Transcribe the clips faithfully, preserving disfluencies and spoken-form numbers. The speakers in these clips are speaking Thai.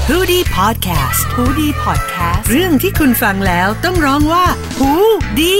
ฮูดี้พอดแคสต์ฮูดี้พอดแคสต์เรื่องที่คุณฟังแล้วต้องร้องว่าฮูดี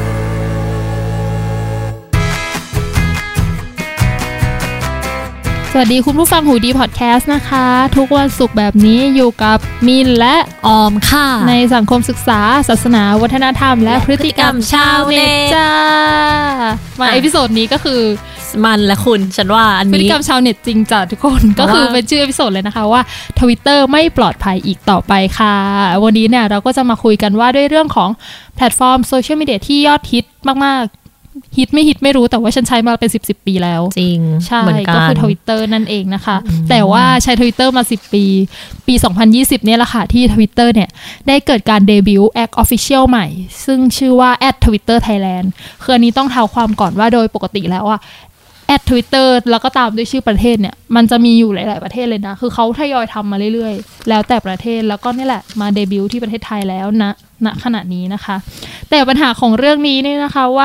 สวัสดีคุณผู้ฟังหูดีพอดแคสต์นะคะทุกวันศุกร์แบบนี้อยู่กับมินและออมค่ะในสังคมศึกษาศาสนาวัฒนธรรมและพฤติกรรมชาวเน็ตจ้ามาเอพิโซดนี้ก็คือมันและคุณฉันว่าอันนี้พฤติกรรมชาวเน็ตจริงจ้ะทุกคนก็คือเป็นชื่อเอพิโซดเลยนะคะว่า Twitter ไม่ปลอดภัยอีกต่อไปค่ะวันนี้เนี่ยเราก็จะมาคุยกันว่าด้วยเรื่องของแพลตฟอร์มโซเชียลมีเดียที่ยอดฮิตมากๆฮิตไม่ฮิตไม่รู้แต่ว่าฉันใช้มาเป็นสิบ สิบปีแล้วจริงใช่ก็คือ Twitter นั่นเองนะคะแต่ว่าใช้ Twitter มาสิบปีปีสองพันยี่สิบเนี่ยแหละค่ะที่ Twitter เนี่ยได้เกิดการเดบิวต์ Act Official ใหม่ซึ่งชื่อว่า แอท Twitter Thailand คืออันนี้ต้องเท้าความก่อนว่าโดยปกติแล้วอะแอด Twitter แล้วก็ตามด้วยชื่อประเทศเนี่ยมันจะมีอยู่หลายๆประเทศเลยนะคือเขาทยอยทำมาเรื่อยๆแล้วแต่ประเทศแล้วก็นี่แหละมาเดบิวต์ที่ประเทศไทยแล้วนะณขณะนี้นะคะแต่ปัญหาของเรื่องนี้เนี่ยนะคะว่า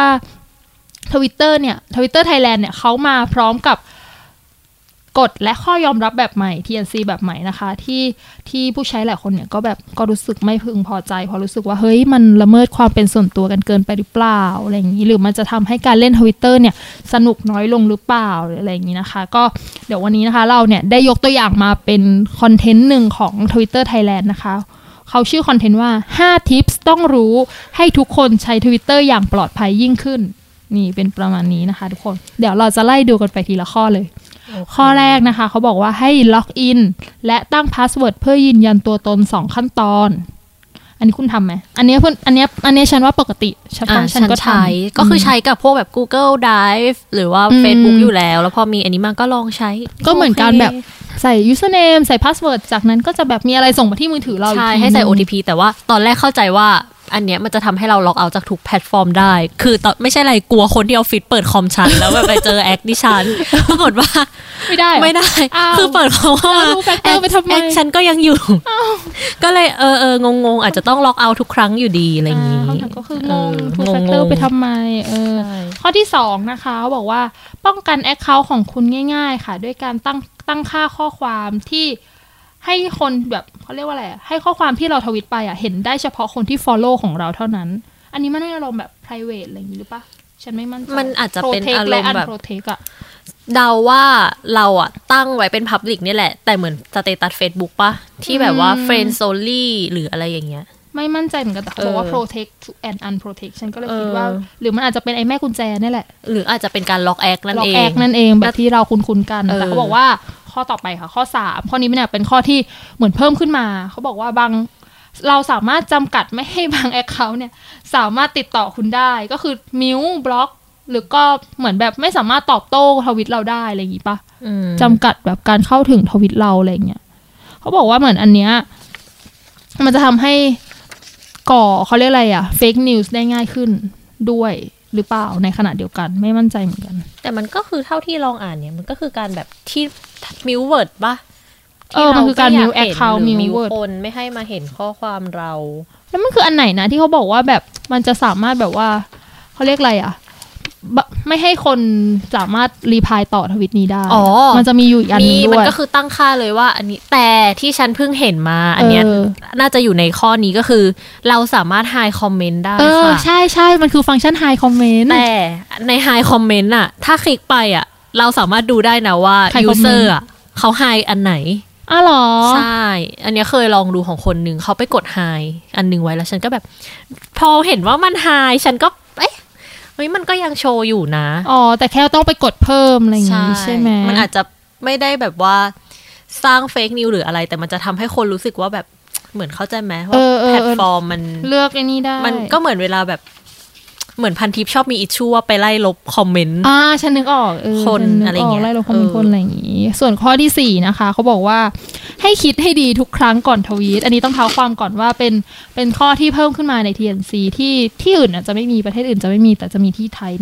Twitter เนี่ย Twitter Thailand เนี่ยเขามาพร้อมกับกฎและข้อยอมรับแบบใหม่ ที เอ็น ซี แบบใหม่นะคะที่ที่ผู้ใช้หลายคนเนี่ยก็แบบก็รู้สึกไม่พึงพอใจเพราะรู้สึกว่าเฮ้ยมันละเมิดความเป็นส่วนตัวกันเกินไปหรือเปล่าอะไรอย่างนี้หรือมันจะทำให้การเล่น Twitter เนี่ยสนุกน้อยลงหรือเปล่าหรืออะไรอย่างนี้นะคะก็เดี๋ยววันนี้นะคะเราเนี่ยได้ยกตัวอย่างมาเป็นคอนเทนต์หนึ่งของ Twitter Thailand นะคะเขาชื่อคอนเทนต์ว่าห้า tips ต้องรู้ให้ทุกคนใช้ Twitter อย่างปลอดภัยยิ่งขึ้นนี่เป็นประมาณนี้นะคะทุกคนเดี๋ยวเราจะไล่ดูกันไปทีละข้อเลย okay. ข้อแรกนะคะเขาบอกว่าให้ล็อกอินและตั้งพาสเวิร์ดเพื่อยืนยันตัวตนสองขั้นตอนอันนี้คุณทำไหมอันนี้เพื่อนอันนี้อันนี้ฉันว่าปกติฉันฉันก็ใช้ก็คือใช้กับพวกแบบ Google Drive หรือว่า Facebook อยู่แล้วแล้วพอมีอันนี้มาก็ลองใช้ก็เหมือนกันแบบใส่ username ใส่ password จากนั้นก็จะแบบมีอะไรส่งมาที่มือถือเราใช่ให้ใส่ โอ ที พี แต่ว่าตอนแรกเข้าใจว่าอันเนี้ยมันจะทำให้เราล็อกเอาท์จากทุกแพลตฟอร์มได้คือตอนไม่ใช่อะไรกลัวคนที่ออฟฟิศเปิดคอมชันแล้วแบบไปเจอแอคดิฉันปรากฏว่าไม่ได้ไม่ได้คือเปิดคอมว่าแอคแอคฉันก็ยังอยู่ก็เลยเออเอองงๆอาจจะต้องล็อกเอาท์ทุกครั้งอยู่ดีอะไรอย่างงี้ก็คืองงทูแฟกเตอร์ไปทำไมเออข้อที่สองนะคะเขาบอกว่าป้องกันแอคเคาท์ของคุณง่ายๆค่ะด้วยการตั้งตั้งค่าข้อความที่ให้คนแบบเขาเรียกว่าอะไรให้ข้อความที่เราทวิตไปอ่ะเห็นได้เฉพาะคนที่ follow ของเราเท่านั้นอันนี้มันน่าจะลงแบบ private อะไรอย่างนี้หรือปะฉันไม่มั่นใจมันอาจจะเป็นอารมณ์แบบ protect อ่ะเดาว่าเราอ่ะตั้งไว้เป็น public นี่แหละแต่เหมือนสเตตัส Facebook ปะที่แบบว่า friends only หรืออะไรอย่างเงี้ยไม่มั่นใจเหมือนกันแต่เขาบอกว่า protect and unprotect ฉันก็เลยคิดว่าหรือมันอาจจะเป็นไอ้แม่กุญแจนี่แหละหรืออาจจะเป็นการล็อกแอคนั่นเองล็อกแอคนั่นเองแบบที่เราคุ้นๆกันแต่เขาบอกว่าข้อต่อไปค่ะข้อสามข้อนี้เนี่ยเป็นข้อที่เหมือนเพิ่มขึ้นมาเขาบอกว่าบางเราสามารถจำกัดไม่ให้บางแอคเคาท์เนี่ยสามารถติดต่อคุณได้ก็คือมิวบล็อกหรือก็เหมือนแบบไม่สามารถตอบโต้ทวิตเราได้อะไรอย่างงี้ปะจำกัดแบบการเข้าถึงทวิตเราอะไรอย่างเงี้ยเขาบอกว่าเหมือนอันเนี้ยมันจะทำให้ก่อเขาเรียกอะไรอะเฟกนิวส์ได้ง่ายขึ้นด้วยหรือเปล่าในขณะเดียวกันไม่มั่นใจเหมือนกันแต่มันก็คือเท่าที่ลองอ่านเนี่ยมันก็คือการแบบที่มิวเวิร์ดป่ะเออมันคือการมิวแอคเคาท์มิวเวิร์ดคนไม่ให้มาเห็นข้อความเราแล้วมันคืออันไหนนะที่เขาบอกว่าแบบมันจะสามารถแบบว่าเขาเรียกอะไรอ่ะไม่ให้คนสามารถรีพลายต่อทวิตนี้ได้มันจะมีอยู่อีกอันนึงด้วยมันก็คือตั้งค่าเลยว่าอันนี้แต่ที่ฉันเพิ่งเห็นมาอันเนี้ยน่าจะอยู่ในข้อนี้ก็คือเราสามารถไฮคอมเมนต์ได้ค่ะเออใช่ใช่มันคือฟังก์ชันไฮคอมเมนต์แต่ในไฮคอมเมนต์อ่ะถ้าคลิกไปอ่ะเราสามารถดูได้นะว่ายูเซอร์อ่ะเขาไฮอันไหนอ้าวเหรอใช่อันนี้เคยลองดูของคนนึงเขาไปกดไฮอันนึงไว้แล้วฉันก็แบบพอเห็นว่ามันไฮฉันก็เอ๊ะเฮ้ยมันก็ยังโชว์อยู่นะอ๋อแต่แค่ต้องไปกดเพิ่มอะไรอย่างงี้ใช่ไหมมันอาจจะไม่ได้แบบว่าสร้างเฟกนิวหรืออะไรแต่มันจะทำให้คนรู้สึกว่าแบบเหมือนเข้าใจไหมว่าแพลตฟอร์มมันเลือกไอ้นี่ได้มันก็เหมือนเวลาแบบเหมือนพันทิปชอบมีอิชชูว่าไปไล่ลบคอมเมนต์อ่าฉันนึกออกเออคนอะไรเงี้ยไล่ลบคอมเมนต์คนอะไรอย่างงี้ส่วนข้อที่สี่นะคะเขาบอกว่าให้คิดให้ดีทุกครั้งก่อนทวีตอันนี้ต้องเท้าความก่อนว่าเป็นเป็นข้อที่เพิ่มขึ้นมาใน ที เอ็น ซี ที่ที่อื่นอ่ะจะไม่มีประเทศอื่นจะไม่มีแต่จะมีที่ไทยนี่แหละ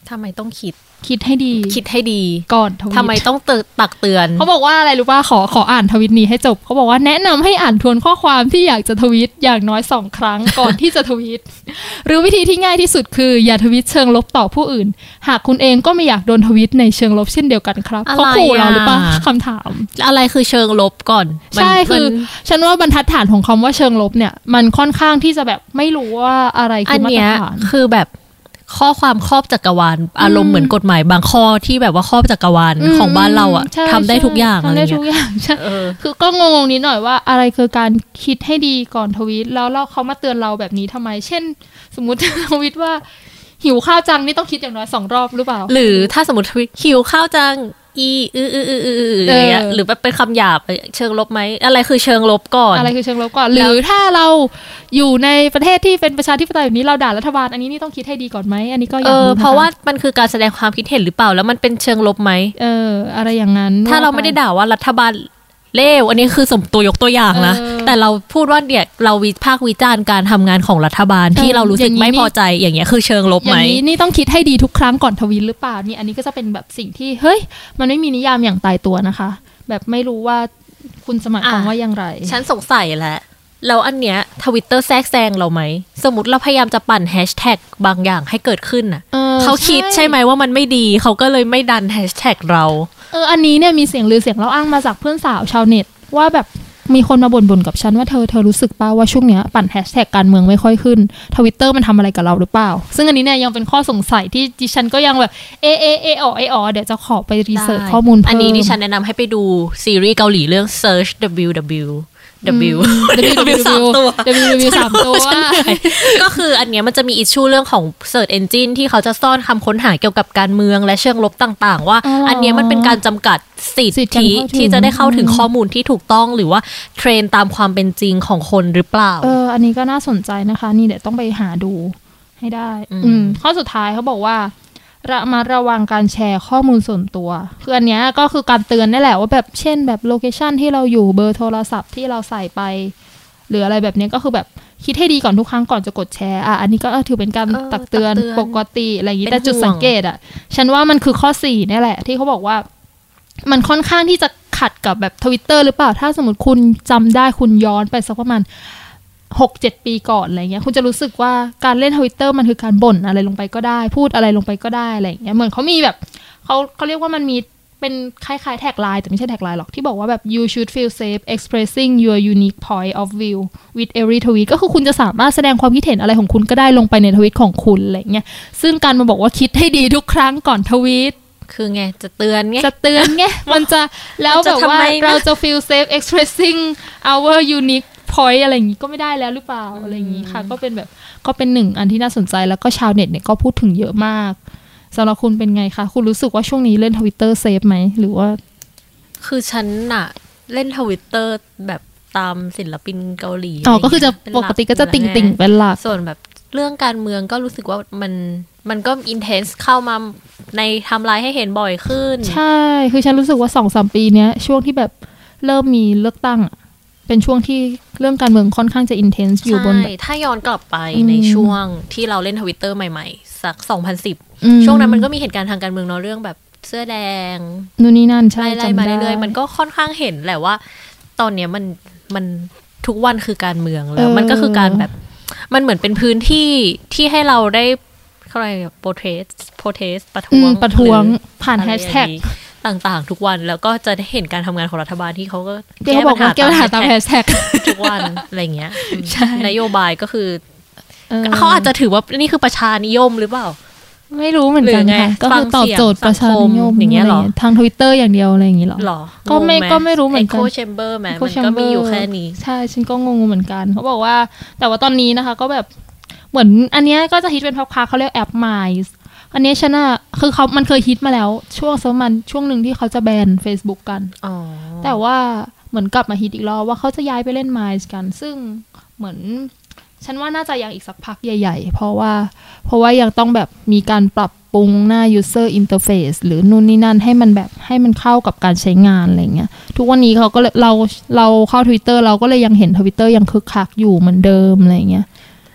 ทำไมต้องคิดคิดให้ดีคิดให้ดีก่อนทวีตทำไมต้องตักเตือนเขาบอกว่าอะไรรู้ป่ะขอขออ่านทวีตนี้ให้จบเขาบอกว่าแนะนำให้อ่านทวนข้อความที่อยากจะทวีตอย่างน้อยสองครั้งก่อนที่จะทวีตหรือวิธีที่ง่ายที่สุดคืออย่าทวีตเชิงลบต่อผู้อื่นหากคุณเองก็ไม่อยากโดนทวีตในเชิงลบเช่นเดียวกันครับเขาขู่เราหรือป่ะคำถามอะไรคือเชิงลบก่อนใช่คือฉันว่าบรรทัดฐานของคำว่าเชิงลบเนี่ยมันค่อนข้างที่จะแบบไม่รู้ว่าอะไรคือมาตรฐานคือแบบข้อความครอบจักรวาลอารมณ์เหมือนกฎหมายบางข้อที่แบบว่าครอบจักรวาลของบ้านเราอ่ะทำได้ทุกอย่างอะไรเงี้ยคือก็งงๆนิดหน่อยว่าอะไรคือการคิดให้ดีก่อนทวีตแล้วเราเขามาเตือนเราแบบนี้ทำไมเช่นสมมุติทวีตว่าหิวข้าวจังนี่ต้องคิดอย่างน้อยสองรอบหรือเปล่าหรือถ้าสมมติทวีตหิวข้าวจังอีอืออืออืออืออะไรเงี้ยหรือเป็นคำหยาบเชิงลบไหมอะไรคือเชิงลบก่อนอะไรคือเชิงลบก่อนหรือถ้าเราอยู่ในประเทศที่เป็นประชาธิปไตยแบบนี้เราด่ารัฐบาลอันนี้นี่ต้องคิดให้ดีก่อนไหมอันนี้ก็อย่างนี้เพราะว่ามันคือการแสดงความคิดเห็นหรือเปล่าแล้วมันเป็นเชิงลบไหมเอออะไรอย่างนั้นถ้าเราไม่ได้ด่าว่ารัฐบาลเลวอันนี้คือสมตัวยกตัวอย่างนะแต่เราพูดว่าเนี่ยเราวิพากษ์วิจารณ์การทำงานของรัฐบาลที่เรารู้สึกไม่พอใจอย่างเงี้ยคือเชิงลบไหมอย่างนี้นี่ต้องคิดให้ดีทุกครั้งก่อนทวีตหรือเปล่านี่อันนี้ก็จะเป็นแบบสิ่งที่เฮ้ยมันไม่มีนิยามอย่างตายตัวนะคะแบบไม่รู้ว่าคุณสมัครความว่าอย่างไรฉันสงสัยแหละแล้วอันเนี้ย Twitter แทรกแซงเราไหมสมมติเราพยายามจะปั่นแฮชแท็กบางอย่างให้เกิดขึ้นน่ะ เ, เขาคิดใช่ไหมว่ามันไม่ดีเขาก็เลยไม่ดันแฮชแท็กเราเอออันนี้เนี่ยมีเสียงลือเสียงเล่าอ้างมาจากเพื่อนสาวชาวเน็ตว่าแบบมีคนมาบ่นๆกับฉันว่าเธอเธอรู้สึกป่าวว่าช่วงเนี้ยปั่นแฮชแท็กการเมืองไม่ค่อยขึ้น Twitter มันทำอะไรกับเราหรือเปล่าซึ่งอันนี้เนี่ยยังเป็นข้อสงสัยที่ดิฉันก็ยังแบบเอเอเออ๋อเออ๋อเดี๋ยวจะขอไปรีเสิร์ชข้อมูลเพิ่มอันนี้ดิฉันแนะนำให้ไปดูซีรีส์เกาหลีเรื่อง Search ดับเบิลยู ดับเบิลยู W W W สามตัว W W สามตัวก็คืออันเนี้ยมันจะมีอิชชูเรื่องของ Search Engine ที่เขาจะซ่อนคำค้นหาเกี่ยวกับการเมืองและเชิงลบต่างๆว่าอันเนี้ยมันเป็นการจำกัดสิทธิที่จะได้เข้าถึงข้อมูลที่ถูกต้องหรือว่าเทรนตามความเป็นจริงของคนหรือเปล่าเอออันนี้ก็น่าสนใจนะคะนี่เดี๋ยวต้องไปหาดูให้ได้อืมข้อสุดท้ายเขาบอกว่าระมัดระวังการแชร์ข้อมูลส่วนตัวคืออันเนี้ยก็คือการเตือนนี่แหละว่าแบบเช่นแบบโลเคชันที่เราอยู่เบอร์โทรศัพท์ที่เราใส่ไปหรืออะไรแบบนี้ก็คือแบบคิดให้ดีก่อนทุกครั้งก่อนจะกดแชร์อ่ะอันนี้ก็ถือเป็นการตักเตือนปกติอะไรอย่างนี้แต่จุดสังเกตอ่ะฉันว่ามันคือข้อสี่นี่แหละที่เขาบอกว่ามันค่อนข้างที่จะขัดกับแบบ Twitter หรือเปล่าถ้าสมมติคุณจำได้คุณย้อนไปสักประมาณหกเจ็ด ปีก่อนอะไรเงี้ยคุณจะรู้สึกว่าการเล่น Twitter มันคือการบ่นอะไรลงไปก็ได้พูดอะไรลงไปก็ได้อะไรเงี้ยเหมือนเขามีแบบเขาเขาเรียกว่ามันมีเป็นคล้ายๆแท็กไลน์แต่ไม่ใช่แท็กไลน์หรอกที่บอกว่าแบบ you should feel safe expressing your unique point of view with every tweet ก็คือคุณจะสามารถแสดงความคิดเห็นอะไรของคุณก็ได้ลงไปในทวีตของคุณอะไรเงี้ยซึ่งการมาบอกว่าคิดให้ดีทุกครั้งก่อนทวีตคือไงจะเตือนไงจะเตือนไงมันจะแล้วแบบว่าเราจะ feel safe expressing our unique point อะไรอย่างนี้ก็ไม่ได้แล้วหรือเปล่าอะไรอย่างนี้ค่ะก็เป็นแบบก็เป็นหนึ่งอันที่น่าสนใจแล้วก็ชาวเน็ตเนี่ยก็พูดถึงเยอะมากสำหรับคุณเป็นไงคะคุณรู้สึกว่าช่วงนี้เล่น Twitter เซฟไหมหรือว่าคือฉันน่ะเล่น Twitter แบบตามศิลปินเกาหลีอ๋อก็คือจะปกติก็จะติ่งๆเป็นหลักส่วนแบบเรื่องการเมืองก็รู้สึกว่ามันมันก็ intense เข้ามาในไทม์ไลน์ให้เห็นบ่อยขึ้นใช่คือฉันรู้สึกว่า สองสาม ปีเนี้ยช่วงที่แบบเริ่มมีเลือกตั้งเป็นช่วงที่เรื่องการเมืองค่อนข้างจะ intense อยู่บนแบบถ้าย้อนกลับไปในช่วงที่เราเล่น Twitter ใหม่ๆสักสองพันสิบช่วงนั้นมันก็มีเหตุการณ์ทางการเมืองเนาะเรื่องแบบเสื้อแดงนู่นนี่นั่นใช่ไล่มาเรื่อยๆมันก็ค่อนข้างเห็นแหละว่าตอนเนี้ยมันมันทุกวันคือการเมืองแล้วมันก็คือการแบบมันเหมือนเป็นพื้นที่ที่ให้เราได้อะไรโปรเทสโปรเทสประท้วงประท้วงผ่านแฮชแท็กต่างๆทุกวันแล้วก็จะได้เห็นการทำงานของรัฐบาลที่เขาก็แก้ปัญหาตามแฮชแท็กทุกวันอะไรเงี้ยนโยบายก็คือเขาอาจจะถือว่านี่คือประชานิยมหรือเปล่าไม่รู้เหมือนกันค่ะก็คือตอบโจทย์ประชานิยมอย่างเงี้ยหรอทาง Twitter อย่างเดียวอะไรอย่างงี้หรอก็ไม่ก็ไม่รู้เหมือนกัน Echo Chamber แม้มันก็มีอยู่แค่นี้ใช่ฉันก็งงเหมือนกันเขาบอกว่าแต่ว่าตอนนี้นะคะก็แบบเหมือนอันเนี้ยก็จะฮิตเป็นพักๆเขาเรียกแอป Minds อันนี้ฉันน่ะคือเขามันเคยฮิตมาแล้วช่วงสักมันช่วงนึงที่เขาจะแบน Facebook กันอ๋อแต่ว่าเหมือนกลับมาฮิตอีกรอบว่าเขาจะย้ายไปเล่น Minds กันซึ่งเหมือนฉันว่าน่าจะยังอีกสักพักใหญ่ๆเพราะว่าเพราะว่ายังต้องแบบมีการปรับปรุงหน้า user interface หรือนู่นนี่นั่นให้มันแบบให้มันเข้ากับการใช้งานอะไรเงี้ยทุกวันนี้เขาก็เราเราเข้า Twitter เราก็เลยยังเห็น Twitter ยังคึกคักอยู่เหมือนเดิมอะไรเงี้ยถ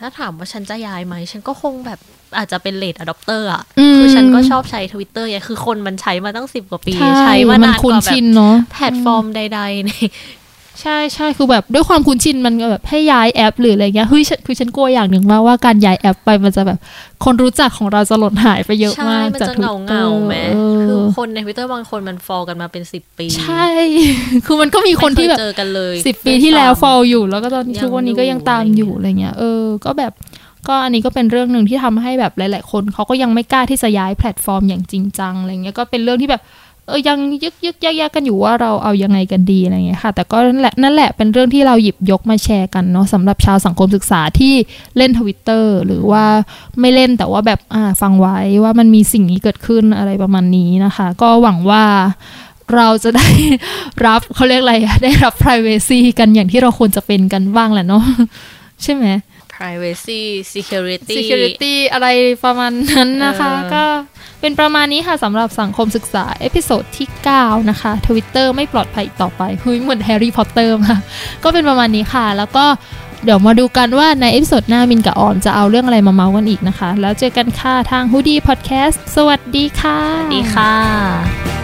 ถ้าถามว่าฉันจะย้ายไหมฉันก็คงแบบอาจจะเป็นเลทอะดอปเตอร์อ่ะคือฉันก็ชอบใช้ Twitter อย่างคือคนมันใช้มาตั้งสิบกว่าปีใช้มานานกว่าแบบแพลตฟอร์มใดๆในใช่ใช่คือแบบด้วยความคุ้นชินมันแบบให้ย้ายแอปหรืออะไรเงี้ยเฮ้ยคือฉันกลัวอย่างหนึ่งว่าว่าการย้ายแอปไปมันจะแบบคนรู้จักของเราจะหล่นหายไปเยอะมากจาก Twitter แม้คือคนใน Twitter บางคนมันฟอลกันมาเป็นสิบปีใช่คือมันก็มีคนที่แบบเจอกันเลยสิบปีที่แล้วฟอลอยู่แล้วก็ตอนทุกวันนี้ก็ยังตามอยู่อะไรเงี้ยเออก็แบบก็อันนี้ก็เป็นเรื่องนึงที่ทำให้แบบหลายๆคนเขาก็ยังไม่กล้าที่จะย้ายแพลตฟอร์มอย่างจริงจังอะไรเงี้ยก็เป็นเรื่องที่แบบเออยังยึกยึกยักยักกันอยู่ว่าเราเอายังไงกันดีอะไรเงี้ยค่ะแต่ก็นั่นแหละนั่นแหละเป็นเรื่องที่เราหยิบยกมาแชร์กันเนาะสำหรับชาวสังคมศึกษาที่เล่น Twitter หรือว่าไม่เล่นแต่ว่าแบบอ่าฟังไว้ว่ามันมีสิ่งนี้เกิดขึ้นอะไรประมาณนี้นะคะก็หวังว่าเราจะได้รับเขาเรียกอะไรได้รับ privacy กันอย่างที่เราควรจะเป็นกันบ้างแหละเนาะใช่ไหม privacy security security อะไรประมาณนั้นนะคะก็เป็นประมาณนี้ค่ะสำหรับสังคมศึกษาเอพิโซดที่เก้านะคะ Twitter ไม่ปลอดภัยต่อไปเฮ้ยเหมือนแฮร์รี่พอตเตอร์ค่ะก็เป็นประมาณนี้ค่ะแล้วก็เดี๋ยวมาดูกันว่าในเอพิโซดหน้ามินกับออมจะเอาเรื่องอะไรมาเมาส์กันอีกนะคะแล้วเจอกันค่ะทาง Hoodie Podcast สวัสดีค่ะสวัสดีค่ะ